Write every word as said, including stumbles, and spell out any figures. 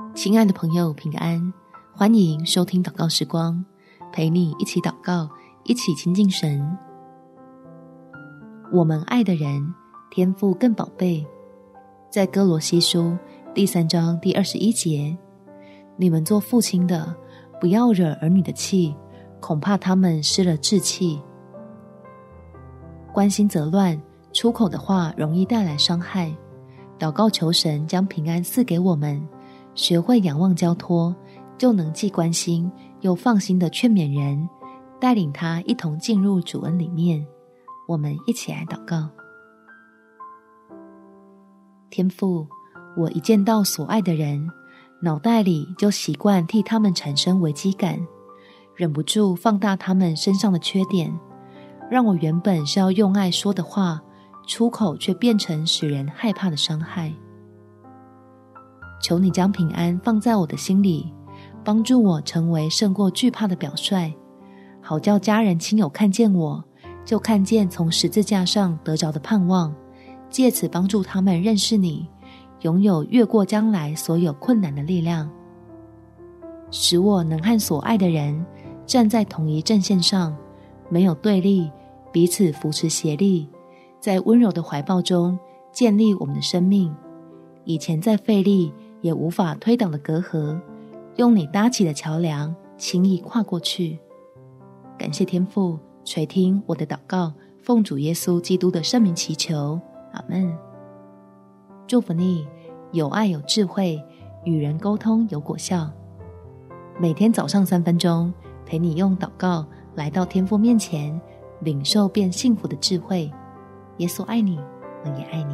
亲爱的朋友，平安，欢迎收听祷告时光，陪你一起祷告，一起亲近神。我们爱的人，天父更宝贝。在哥罗西书第三章第二十一节，你们做父亲的，不要惹儿女的气，恐怕他们失了志气。关心则乱，出口的话容易带来伤害。祷告求神将平安赐给我们，学会仰望交托，就能既关心又放心地劝勉人，带领他一同进入主恩里面。我们一起来祷告。天父，我一见到所爱的人，脑袋里就习惯替他们产生危机感，忍不住放大他们身上的缺点，让我原本是要用爱说的话，出口却变成使人害怕的伤害。求你将平安放在我的心里，帮助我成为胜过惧怕的表率，好叫家人亲友看见我，就看见从十字架上得着的盼望，借此帮助他们认识你，拥有越过将来所有困难的力量，使我能和所爱的人站在同一阵线上，没有对立，彼此扶持协力，在温柔的怀抱中建立我们的生命。以前再费力也无法推倒的隔阂，用你搭起的桥梁轻易跨过去。感谢天父垂听我的祷告，奉主耶稣基督的圣名祈求，阿们。祝福你有爱有智慧，与人沟通有果效。每天早上三分钟，陪你用祷告来到天父面前，领受变幸福的智慧。耶稣爱你，我也爱你。